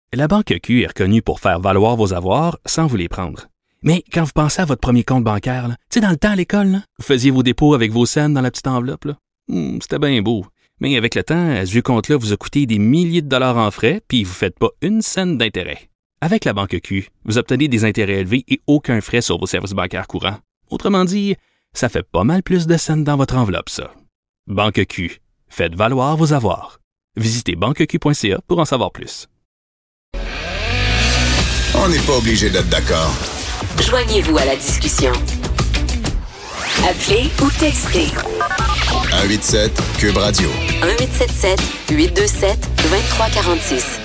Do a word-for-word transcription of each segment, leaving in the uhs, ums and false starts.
La Banque Q est reconnue pour faire valoir vos avoirs sans vous les prendre. Mais quand vous pensez à votre premier compte bancaire, tu sais, dans le temps à l'école, là, vous faisiez vos dépôts avec vos scènes dans la petite enveloppe. Là. Hum, c'était bien beau. Mais avec le temps, ce vieux compte-là vous a coûté des milliers de dollars en frais, puis vous ne faites pas une scène d'intérêt. Avec la Banque Q, vous obtenez des intérêts élevés et aucun frais sur vos services bancaires courants. Autrement dit, ça fait pas mal plus de scènes dans votre enveloppe, ça. Banque Q. Faites valoir vos avoirs. Visitez banque q point c a pour en savoir plus. On n'est pas obligé d'être d'accord. Joignez-vous à la discussion. Appelez ou textez. un huit sept Cube Radio. un huit sept sept huit deux sept deux trois quatre six.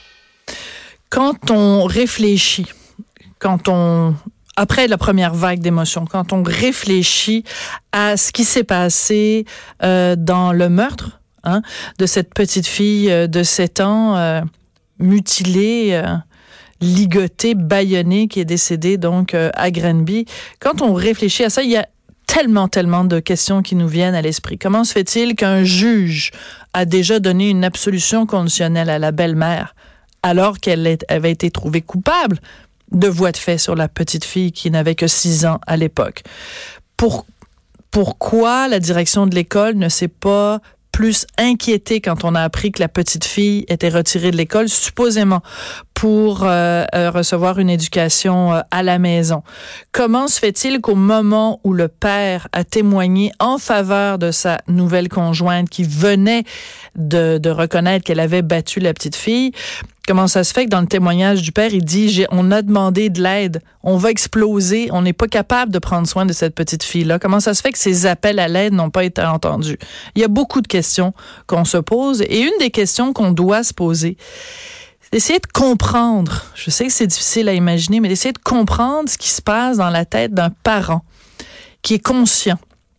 Quand on réfléchit, quand on... Après la première vague d'émotions, quand on réfléchit à ce qui s'est passé euh, dans le meurtre hein, de cette petite fille de sept ans, euh, mutilée... Euh, ligoté, bâillonné, qui est décédé donc euh, à Granby. Quand on réfléchit à ça, il y a tellement, tellement de questions qui nous viennent à l'esprit. Comment se fait-il qu'un juge a déjà donné une absolution conditionnelle à la belle-mère alors qu'elle est, avait été trouvée coupable de voies de fait sur la petite fille qui n'avait que six ans à l'époque? Pour, pourquoi la direction de l'école ne s'est pas plus inquiété quand on a appris que la petite fille était retirée de l'école, supposément pour euh, euh, recevoir une éducation euh, à la maison. Comment se fait-il qu'au moment où le père a témoigné en faveur de sa nouvelle conjointe qui venait de, de reconnaître qu'elle avait battu la petite fille, comment ça se fait que dans le témoignage du père, il dit j'ai, on a demandé de l'aide, on va exploser, on n'est pas capable de prendre soin de cette petite fille-là. Comment ça se fait que ces appels à l'aide n'ont pas été entendus? Il y a beaucoup de questions qu'on se pose et une des questions qu'on doit se poser, c'est d'essayer de comprendre, je sais que c'est difficile à imaginer, mais d'essayer de comprendre ce qui se passe dans la tête d'un parent qui est conscient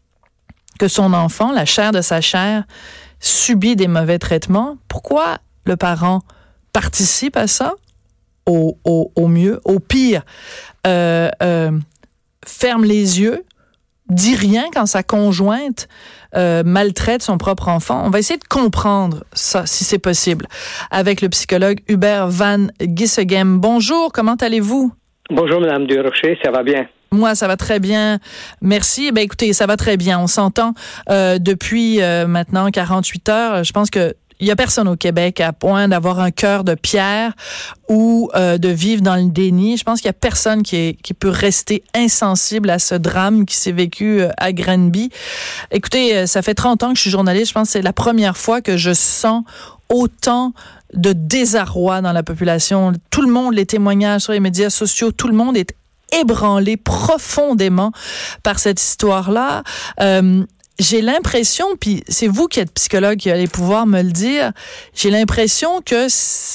que son enfant, la chair de sa chair, subit des mauvais traitements. Pourquoi le parent participe à ça, au, au, au mieux, au pire, euh, euh, ferme les yeux, dit rien quand sa conjointe euh, maltraite son propre enfant. On va essayer de comprendre ça, si c'est possible, avec le psychologue Hubert Van Gisegem. Bonjour, comment allez-vous? Bonjour, Madame Durocher, ça va bien? Moi, ça va très bien. Merci. Ben, écoutez, ça va très bien. On s'entend euh, depuis euh, maintenant quarante-huit heures. Je pense que il y a personne au Québec à point d'avoir un cœur de pierre ou euh, de vivre dans le déni. Je pense qu'il y a personne qui est, qui peut rester insensible à ce drame qui s'est vécu euh, à Granby. Écoutez, euh, ça fait trente ans que je suis journaliste. Je pense que c'est la première fois que je sens autant de désarroi dans la population. Tout le monde, les témoignages sur les médias sociaux, tout le monde est ébranlé profondément par cette histoire-là. Euh, J'ai l'impression, puis c'est vous qui êtes psychologue qui allez pouvoir me le dire, j'ai l'impression que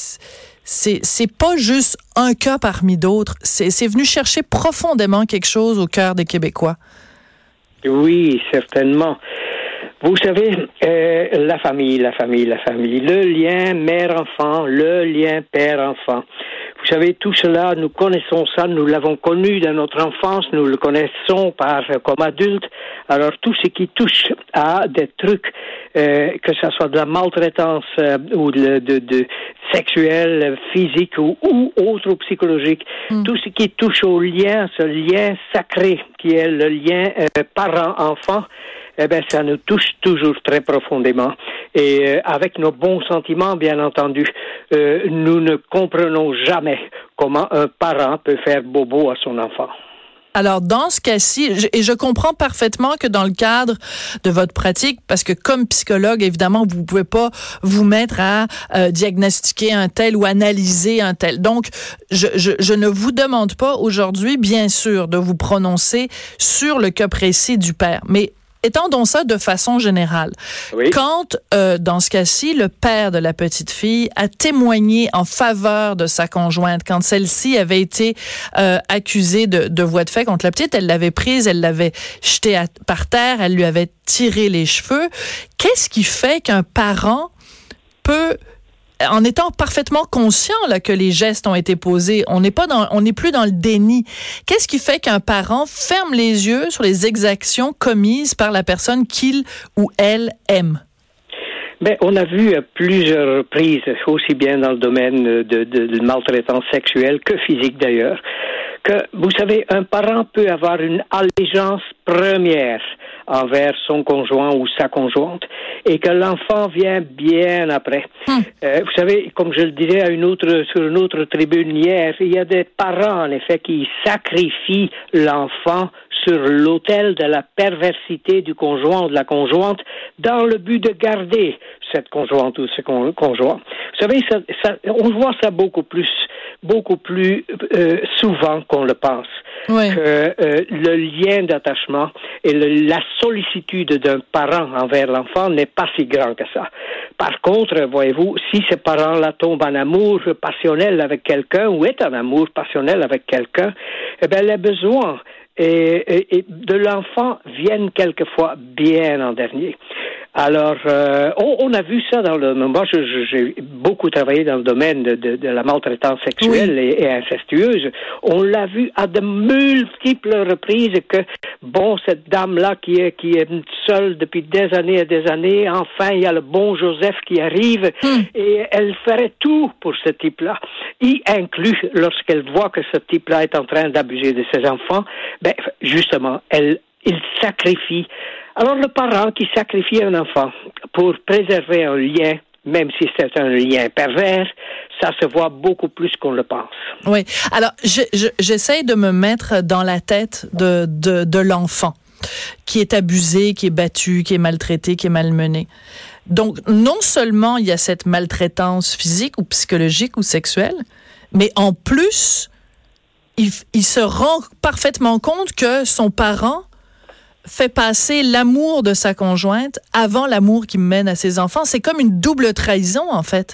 c'est c'est pas juste un cas parmi d'autres, c'est c'est venu chercher profondément quelque chose au cœur des Québécois. Oui, certainement. Vous savez, euh, la famille, la famille, la famille, le lien mère-enfant, le lien père-enfant. Vous savez, tout cela, nous connaissons ça, nous l'avons connu dans notre enfance, nous le connaissons par comme adultes. Alors, tout ce qui touche à des trucs, euh, que ce soit de la maltraitance euh, ou de, de, de sexuel, physique ou, ou autre ou psychologique, mm. tout ce qui touche au lien, ce lien sacré qui est le lien euh, parent-enfant, eh bien, ça nous touche toujours très profondément. Et euh, avec nos bons sentiments, bien entendu, euh, nous ne comprenons jamais comment un parent peut faire bobo à son enfant. Alors, dans ce cas-ci, je, et je comprends parfaitement que dans le cadre de votre pratique, parce que comme psychologue, évidemment, vous pouvez pas vous mettre à euh, diagnostiquer un tel ou analyser un tel. Donc, je, je, je ne vous demande pas aujourd'hui, bien sûr, de vous prononcer sur le cas précis du père. Mais étendons ça de façon générale. Oui. Quand, euh, dans ce cas-ci, le père de la petite fille a témoigné en faveur de sa conjointe, quand celle-ci avait été euh, accusée de, de voies de fait contre la petite, elle l'avait prise, elle l'avait jetée à, par terre, elle lui avait tiré les cheveux. Qu'est-ce qui fait qu'un parent peut, en étant parfaitement conscient là, que les gestes ont été posés, on n'est pas dans, on n'est plus dans le déni. Qu'est-ce qui fait qu'un parent ferme les yeux sur les exactions commises par la personne qu'il ou elle aime? Ben, on a vu à plusieurs reprises, aussi bien dans le domaine de, de, de maltraitance sexuelle que physique d'ailleurs, que, vous savez, un parent peut avoir une allégeance première envers son conjoint ou sa conjointe, et que l'enfant vient bien après. Hum. Euh, vous savez, comme je le disais à une autre, sur une autre tribune hier, il y a des parents, en effet, qui sacrifient l'enfant sur l'autel de la perversité du conjoint ou de la conjointe dans le but de garder cette conjointe ou ce con- conjoint. Vous savez, ça, ça, on voit ça beaucoup plus, beaucoup plus euh, souvent qu'on le pense. Oui. Que euh, le lien d'attachement et le, la sollicitude d'un parent envers l'enfant n'est pas si grand que ça. Par contre, voyez-vous, si ce parent-là tombe en amour passionnel avec quelqu'un ou est en amour passionnel avec quelqu'un, eh bien, les besoins et, et, et de l'enfant viennent quelquefois bien en dernier. Alors, euh, on, on a vu ça dans le... Moi, je, je, j'ai beaucoup travaillé dans le domaine de, de, de la maltraitance sexuelle oui. et, et incestueuse. On l'a vu à de multiples reprises que, bon, cette dame-là qui est, qui est seule depuis des années et des années, enfin, il y a le bon Joseph qui arrive hum. et elle ferait tout pour ce type-là. Y inclut, lorsqu'elle voit que ce type-là est en train d'abuser de ses enfants, ben, justement, elle, il sacrifie. Alors, le parent qui sacrifie un enfant pour préserver un lien, même si c'est un lien pervers, ça se voit beaucoup plus qu'on le pense. Oui. Alors, je, je, j'essaye de me mettre dans la tête de, de, de l'enfant qui est abusé, qui est battu, qui est maltraité, qui est malmené. Donc, non seulement il y a cette maltraitance physique ou psychologique ou sexuelle, mais en plus, il, il se rend parfaitement compte que son parent fait passer l'amour de sa conjointe avant l'amour qui mène à ses enfants. C'est comme une double trahison, en fait.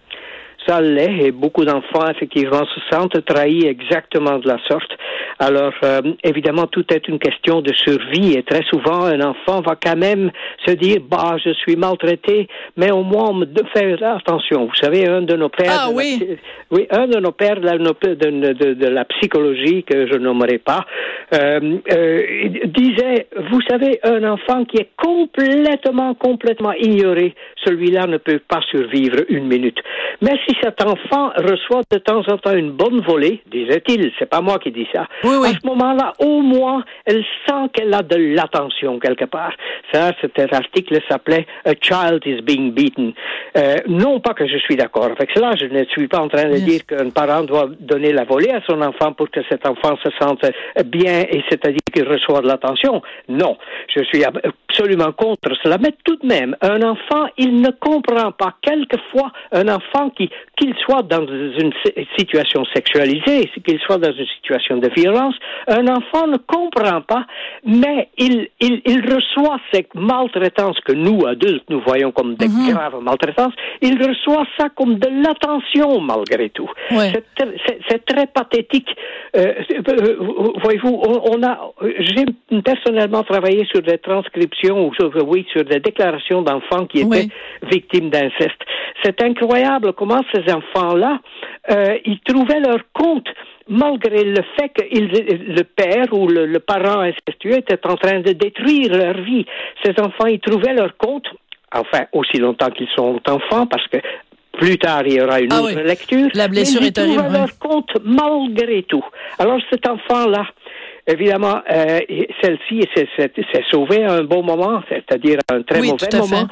Ça l'est, et beaucoup d'enfants, effectivement, se sentent trahis exactement de la sorte. Alors, euh, évidemment, tout est une question de survie, et très souvent, un enfant va quand même se dire, bah, je suis maltraité, mais au moins, on me fait attention. Vous savez, un de nos pères... Ah oui? La, oui, un de nos pères de la, de, de, de, de la psychologie, que je nommerai pas, euh, euh, disait, vous savez, un enfant qui est complètement, complètement ignoré, celui-là ne peut pas survivre une minute. Mais si cet enfant reçoit de temps en temps une bonne volée, disait-il, c'est pas moi qui dis ça, oui, oui. à ce moment-là, au moins, elle sent qu'elle a de l'attention quelque part. Ça, cet article s'appelait « A child is being beaten ». Euh, non pas que je suis d'accord avec cela, je ne suis pas en train de yes. dire qu'un parent doit donner la volée à son enfant pour que cet enfant se sente bien, et c'est-à-dire qu'il reçoit de l'attention. Non, je suis absolument contre cela. Mais tout de même, un enfant, il ne comprend pas. Quelquefois, un enfant qui qu'il soit dans une situation sexualisée, qu'il soit dans une situation de violence, un enfant ne comprend pas, mais il, il, il reçoit cette maltraitance que nous, adultes, nous voyons comme des mm-hmm. graves maltraitances, il reçoit ça comme de l'attention malgré tout. Ouais. C'est, c'est, c'est très pathétique. Euh, voyez-vous, on, on a, j'ai personnellement travaillé sur des transcriptions, ou sur, oui, sur des déclarations d'enfants qui étaient oui. victimes d'inceste. C'est incroyable comment ces enfants-là, euh, ils trouvaient leur compte malgré le fait que il, le père ou le, le parent incestueux était en train de détruire leur vie. Ces enfants, ils trouvaient leur compte, enfin, aussi longtemps qu'ils sont enfants, parce que plus tard, il y aura une ah autre oui. lecture. La blessure mais est horrible. Ils trouvaient ouais. leur compte malgré tout. Alors, cet enfant-là, évidemment, euh, celle-ci s'est, s'est, s'est sauvée à un bon moment, c'est-à-dire à un très oui, mauvais moment.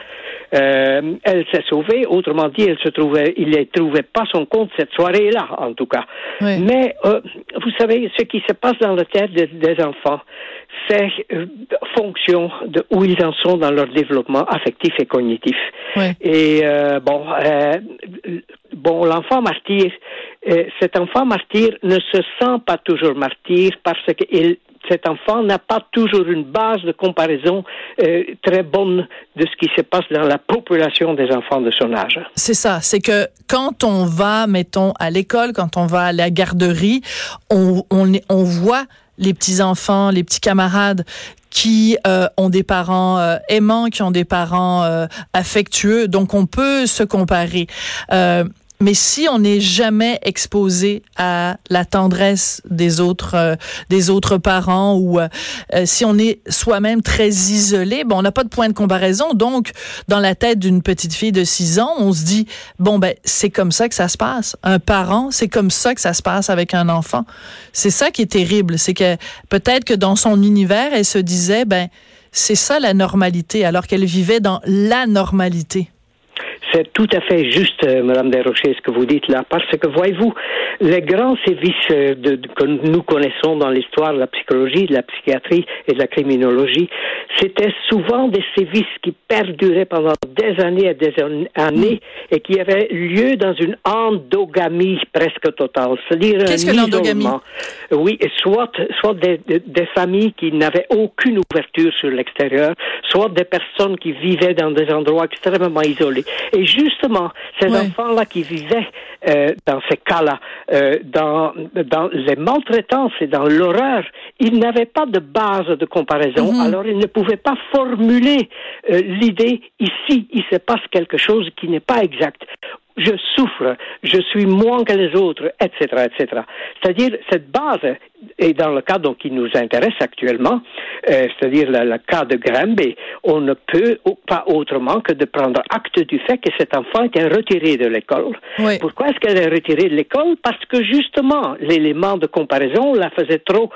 Euh, elle s'est sauvée, autrement dit, elle se trouvait, il ne trouvait pas son compte cette soirée-là, en tout cas. Oui. Mais, euh, vous savez, ce qui se passe dans la tête de, des enfants, c'est euh, fonction de où ils en sont dans leur développement affectif et cognitif. Oui. Et euh, bon, euh, bon, l'enfant martyr, euh, cet enfant martyr ne se sent pas toujours martyr parce qu'il cet enfant n'a pas toujours une base de comparaison euh, très bonne de ce qui se passe dans la population des enfants de son âge. C'est ça, c'est que quand on va, mettons, à l'école, quand on va à la garderie, on, on, on voit les petits-enfants, les petits camarades qui euh, ont des parents euh, aimants, qui ont des parents euh, affectueux, donc on peut se comparer. Euh, Mais si on n'est jamais exposé à la tendresse des autres euh, des autres parents ou euh, si on est soi-même très isolé, bon, on n'a pas de point de comparaison. Donc, dans la tête d'une petite fille de six ans, on se dit, bon, ben, c'est comme ça que ça se passe. Un parent, c'est comme ça que ça se passe avec un enfant. C'est ça qui est terrible. C'est que peut-être que dans son univers, elle se disait, ben, c'est ça la normalité, alors qu'elle vivait dans la normalité. C'est tout à fait juste, euh, Madame Desrochers, ce que vous dites là, parce que, voyez-vous, les grands sévices euh, de, de, que nous connaissons dans l'histoire de la psychologie, de la psychiatrie et de la criminologie, c'était souvent des sévices qui perduraient pendant des années et des années et qui avaient lieu dans une endogamie presque totale. C'est-à-dire Qu'est-ce un que l'endogamie? isolement. Oui, soit, soit des, des familles qui n'avaient aucune ouverture sur l'extérieur, soit des personnes qui vivaient dans des endroits extrêmement isolés. Et justement, ces ouais. enfants-là qui vivaient euh, dans ces cas-là, euh, dans, dans les maltraitances et dans l'horreur, ils n'avaient pas de base de comparaison, mm-hmm. alors ils ne pouvaient pas formuler euh, l'idée, ici, il se passe quelque chose qui n'est pas exact. Je souffre, je suis moins que les autres, et cetera, et cetera. C'est-à-dire, cette base, et dans le cas donc, qui nous intéresse actuellement, euh, c'est-à-dire le, le cas de Granby, on ne peut pas autrement que de prendre acte du fait que cet enfant était retiré de l'école. Oui. Pourquoi est-ce qu'elle est retirée de l'école? Parce que justement, l'élément de comparaison la faisait trop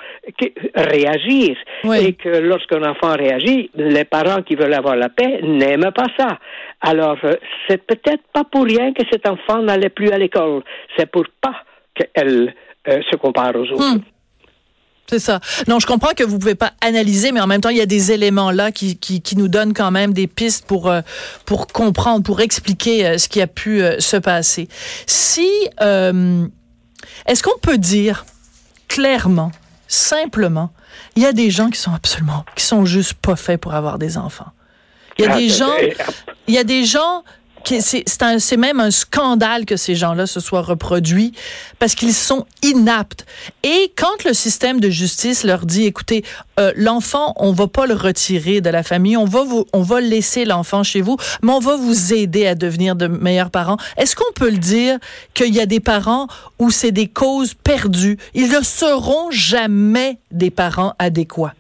réagir. Oui. Et que lorsqu'un enfant réagit, les parents qui veulent avoir la paix n'aiment pas ça. Alors, euh, c'est peut-être pas pour rien que cet enfant n'allait plus à l'école. C'est pour pas qu'elle euh, se compare aux autres. Hum. C'est ça. Non, je comprends que vous pouvez pas analyser, mais en même temps, il y a des éléments là qui qui, qui nous donnent quand même des pistes pour euh, pour comprendre, pour expliquer euh, ce qui a pu euh, se passer. Si euh, est-ce qu'on peut dire clairement, simplement, il y a des gens qui sont absolument, qui sont juste pas faits pour avoir des enfants. Il y a des gens, il y a des gens qui, c'est, c'est, un, c'est même un scandale que ces gens-là se soient reproduits parce qu'ils sont inaptes. Et quand le système de justice leur dit, écoutez, euh, l'enfant, on va pas le retirer de la famille, on va vous, on va laisser l'enfant chez vous, mais on va vous aider à devenir de meilleurs parents. Est-ce qu'on peut le dire qu'il y a des parents où c'est des causes perdues? Ils ne seront jamais des parents adéquats.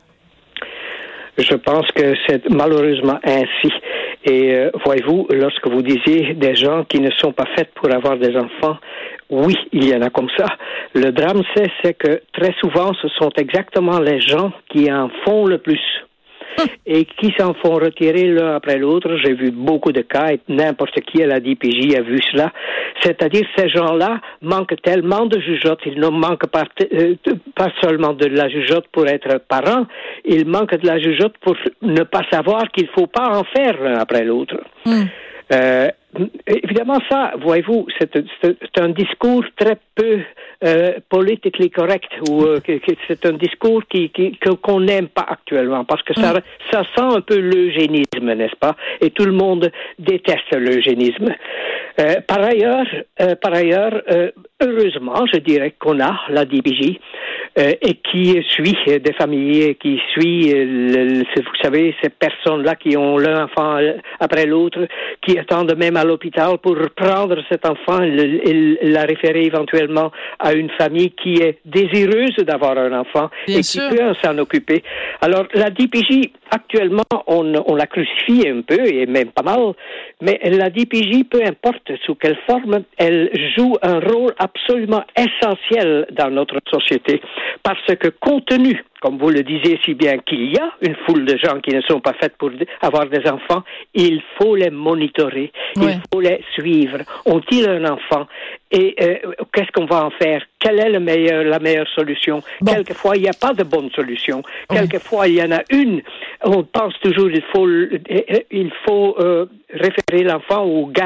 Je pense que c'est malheureusement ainsi. Et euh, voyez-vous, lorsque vous disiez des gens qui ne sont pas faits pour avoir des enfants, oui, il y en a comme ça. Le drame, c'est, c'est que très souvent, ce sont exactement les gens qui en font le plus. Et qui s'en font retirer l'un après l'autre. J'ai vu beaucoup de cas, et n'importe qui à la D P J a vu cela. C'est-à-dire, ces gens-là manquent tellement de jugeote. Ils ne manquent pas, euh, pas seulement de la jugeote pour être parents, ils manquent de la jugeote pour ne pas savoir qu'il ne faut pas en faire l'un après l'autre. Mm. Euh, évidemment, ça, voyez-vous, c'est, c'est, c'est un discours très peu euh, politically correct, ou euh, que, que c'est un discours qui, qui, que, qu'on n'aime pas actuellement, parce que ça, ça sent un peu l'eugénisme, n'est-ce pas? Et tout le monde déteste l'eugénisme. Euh, par ailleurs, euh, par ailleurs, euh, heureusement, je dirais qu'on a la D P J euh, et qui suit euh, des familles, qui suit, euh, le, vous savez, ces personnes-là qui ont l'un enfant après l'autre, qui attendent même à l'hôpital pour prendre cet enfant et la référer éventuellement à une famille qui est désireuse d'avoir un enfant Bien et sûr. Qui peut s'en occuper. Alors, la D P J, actuellement, on, on la crucifie un peu, et même pas mal, mais la D P J, peu importe sous quelle forme, elle joue un rôle absolument essentiel dans notre société, parce que compte tenu, comme vous le disiez si bien, qu'il y a une foule de gens qui ne sont pas faits pour avoir des enfants, il faut les monitorer, ouais. il faut les suivre. Ont-ils un enfant? Et euh, qu'est-ce qu'on va en faire? Quelle est le meilleur, la meilleure solution? Bon. Quelquefois, il n'y a pas de bonne solution. Ouais. Quelquefois, il y en a une. On pense toujours qu'il faut, il faut euh, référer l'enfant ou gar,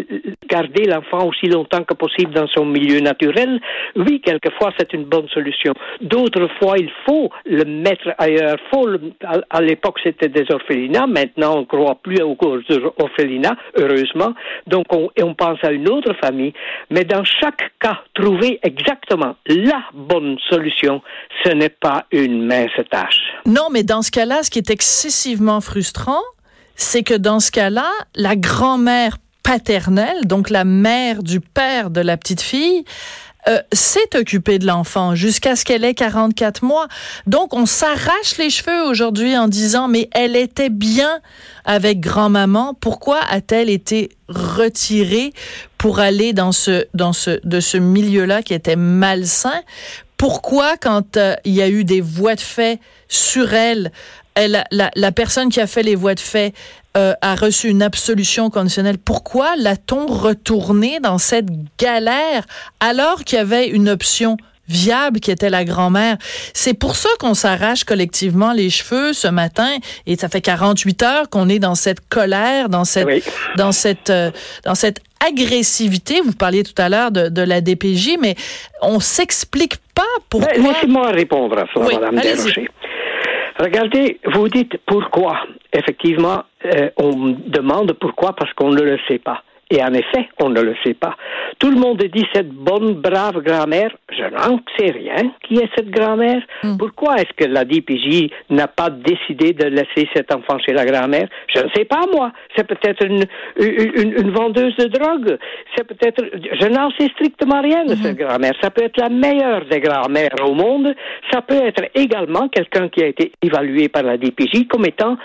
garder l'enfant aussi longtemps que possible dans son milieu naturel. Oui, quelquefois, c'est une bonne solution. D'autres fois, il faut le mettre ailleurs. Faut le, à, à l'époque, c'était des orphelinats. Maintenant, on ne croit plus aux orphelinats, heureusement. Donc, on, on pense à une autre famille. Mais dans chaque cas, trouver exactement la bonne solution, ce n'est pas une mince tâche. Non, mais dans ce cas-là, ce qui est excessivement frustrant, c'est que dans ce cas-là, la grand-mère paternelle, donc la mère du père de la petite fille, Euh, s'est occupée de l'enfant jusqu'à ce qu'elle ait quarante-quatre mois. Donc, on s'arrache les cheveux aujourd'hui en disant, mais elle était bien avec grand-maman. Pourquoi a-t-elle été retirée pour aller dans ce, dans ce, de ce milieu-là qui était malsain? Pourquoi, quand euh, il y a eu des voies de fait sur elle, elle la, la personne qui a fait les voies de fait Euh, a reçu une absolution conditionnelle. Pourquoi l'a-t-on retourné dans cette galère alors qu'il y avait une option viable qui était la grand-mère? C'est pour ça qu'on s'arrache collectivement les cheveux ce matin, et ça fait quarante-huit heures qu'on est dans cette colère, dans cette, oui. dans cette, euh, dans cette agressivité. Vous parliez tout à l'heure de, de la D P J, mais on s'explique pas pourquoi. Ben, laissez-moi répondre à ça, oui, Madame Desrochers. Regardez, vous dites pourquoi. Effectivement, euh, on demande pourquoi parce qu'on ne le sait pas. Et en effet, on ne le sait pas. Tout le monde dit cette bonne, brave grand-mère. Je n'en sais rien. Qui est cette grand-mère? Mm. Pourquoi est-ce que la D P J n'a pas décidé de laisser cet enfant chez la grand-mère? Je ne sais pas, moi. C'est peut-être une, une, une vendeuse de drogue. C'est peut-être... Je n'en sais strictement rien de mm-hmm. cette grand-mère. Ça peut être la meilleure des grand-mères au monde. Ça peut être également quelqu'un qui a été évalué par la D P J comme étant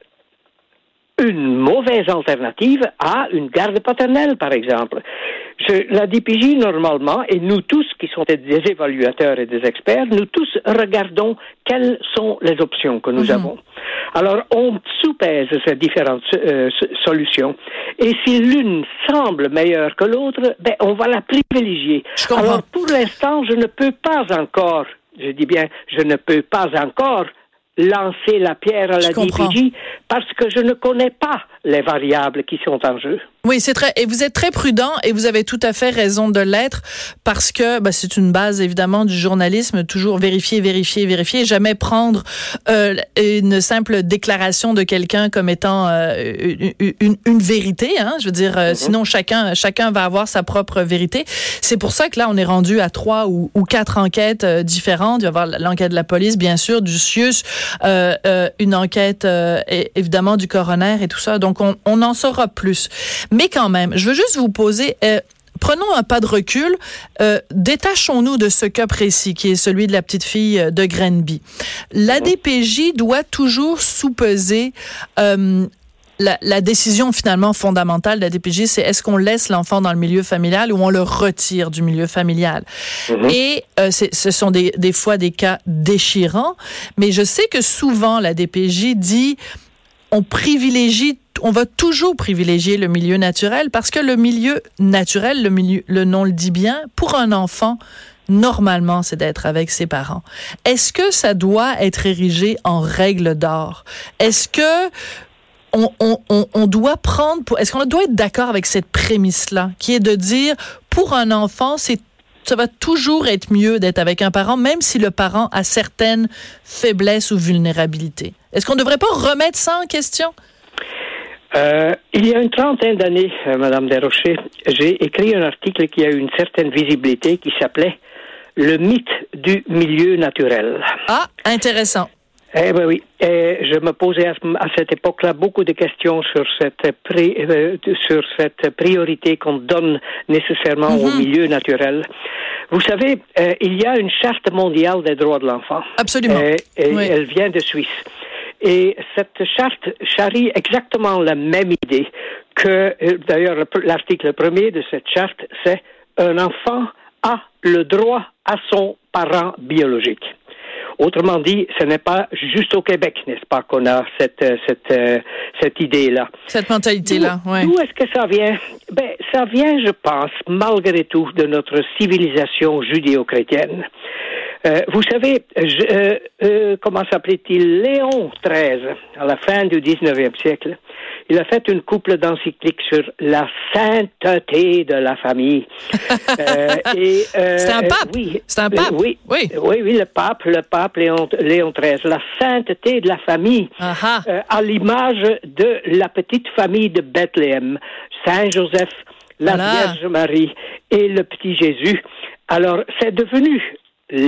une mauvaise alternative à une garde paternelle, par exemple. Je, la D P J, normalement, et nous tous qui sommes des évaluateurs et des experts, nous tous regardons quelles sont les options que nous mm-hmm. avons. Alors, on soupèse ces différentes euh, solutions. Et si l'une semble meilleure que l'autre, ben, on va la privilégier. Alors, pour l'instant, je ne peux pas encore, je dis bien, je ne peux pas encore lancer la pierre à la D P J parce que je ne connais pas les variables qui sont en jeu. Oui, c'est très, et vous êtes très prudent et vous avez tout à fait raison de l'être parce que ben, c'est une base évidemment du journalisme, toujours vérifier, vérifier, vérifier, jamais prendre euh, une simple déclaration de quelqu'un comme étant euh, une, une, une vérité. Hein, je veux dire, euh, mm-hmm. sinon chacun chacun va avoir sa propre vérité. C'est pour ça que là on est rendu à trois ou, ou quatre enquêtes euh, différentes. Il va y avoir l'enquête de la police, bien sûr, du C I U S, euh, euh, une enquête euh, évidemment du coroner et tout ça. Donc on, on en saura plus. Mais quand même, je veux juste vous poser, euh, prenons un pas de recul, euh, détachons-nous de ce cas précis qui est celui de la petite fille de Granby. La D P J doit toujours sous-peser euh, la, la décision finalement fondamentale de la D P J, c'est est-ce qu'on laisse l'enfant dans le milieu familial ou on le retire du milieu familial. Mm-hmm. Et euh, c'est, ce sont des, des fois des cas déchirants, mais je sais que souvent la D P J dit on privilégie on va toujours privilégier le milieu naturel parce que le milieu naturel, le milieu, le nom le dit bien, pour un enfant, normalement, c'est d'être avec ses parents. Est-ce que ça doit être érigé en règle d'or? Est-ce que on, on, on, on doit prendre, pour, est-ce qu'on doit être d'accord avec cette prémisse-là, qui est de dire, pour un enfant, c'est ça va toujours être mieux d'être avec un parent, même si le parent a certaines faiblesses ou vulnérabilités. Est-ce qu'on ne devrait pas remettre ça en question? Euh, il y a une trentaine d'années, euh, Madame Desrochers, j'ai écrit un article qui a eu une certaine visibilité qui s'appelait « Le mythe du milieu naturel ». Ah, intéressant. Eh ben oui, et je me posais à, à cette époque-là beaucoup de questions sur cette, pri, euh, sur cette priorité qu'on donne nécessairement mm-hmm. au milieu naturel. Vous savez, euh, il y a une charte mondiale des droits de l'enfant. Absolument. Euh, et oui. Elle vient de Suisse. Et cette charte charrie exactement la même idée que, d'ailleurs, l'article premier de cette charte, c'est un enfant a le droit à son parent biologique. Autrement dit, ce n'est pas juste au Québec, n'est-ce pas, qu'on a cette cette cette idée-là. Cette mentalité-là, oui. D'où est-ce que ça vient? Ben, ça vient, je pense, malgré tout, de notre civilisation judéo-chrétienne. Euh, vous savez, je, euh, euh, comment s'appelait-il? Léon treize, à la fin du dix-neuvième siècle, il a fait une couple d'encycliques sur la sainteté de la famille. euh, et, euh, c'est un pape. Euh, oui, c'est un pape. Euh, oui, oui, oui, oui, le pape, le pape Léon, Léon treize, la sainteté de la famille, euh, à l'image de la petite famille de Bethléem, Saint Joseph, la voilà. Vierge Marie et le petit Jésus. Alors, c'est devenu là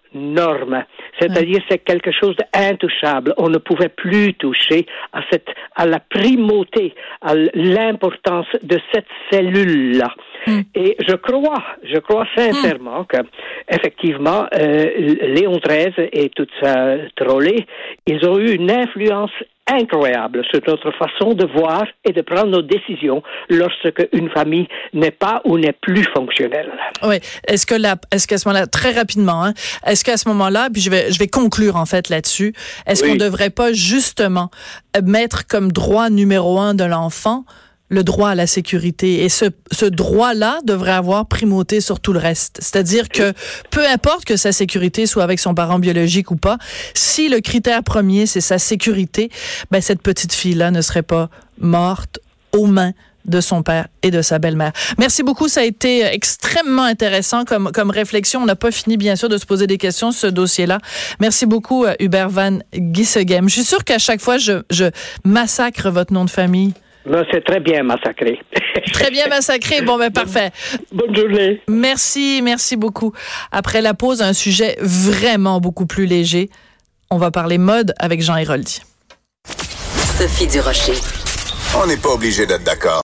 norme. C'est-à-dire, c'est quelque chose d'intouchable. On ne pouvait plus toucher à cette, à la primauté, à l'importance de cette cellule-là. Mm. Et je crois, je crois sincèrement mm. que, effectivement, euh, Léon treize et toute sa trollée, ils ont eu une influence incroyable sur notre façon de voir et de prendre nos décisions lorsque une famille n'est pas ou n'est plus fonctionnelle. Oui. Est-ce que là, est-ce qu'à ce moment-là, très rapidement, hein, est-ce qu'à ce moment-là, puis je vais, je vais conclure en fait là-dessus, est-ce oui. qu'on ne devrait pas justement mettre comme droit numéro un de l'enfant le droit à la sécurité. Et ce, ce droit-là devrait avoir primauté sur tout le reste. C'est-à-dire que peu importe que sa sécurité soit avec son parent biologique ou pas, si le critère premier, c'est sa sécurité, ben cette petite fille-là ne serait pas morte aux mains de son père et de sa belle-mère. Merci beaucoup, ça a été extrêmement intéressant comme, comme réflexion. On n'a pas fini, bien sûr, de se poser des questions sur ce dossier-là. Merci beaucoup, Hubert Van Gisegem. Je suis sûre qu'à chaque fois, je, je massacre votre nom de famille. Non, c'est très bien massacré. Très bien massacré. Bon, ben parfait. Bonne journée. Merci, merci beaucoup. Après la pause, un sujet vraiment beaucoup plus léger. On va parler mode avec Jean Héroldi. Sophie Durocher. On n'est pas obligé d'être d'accord.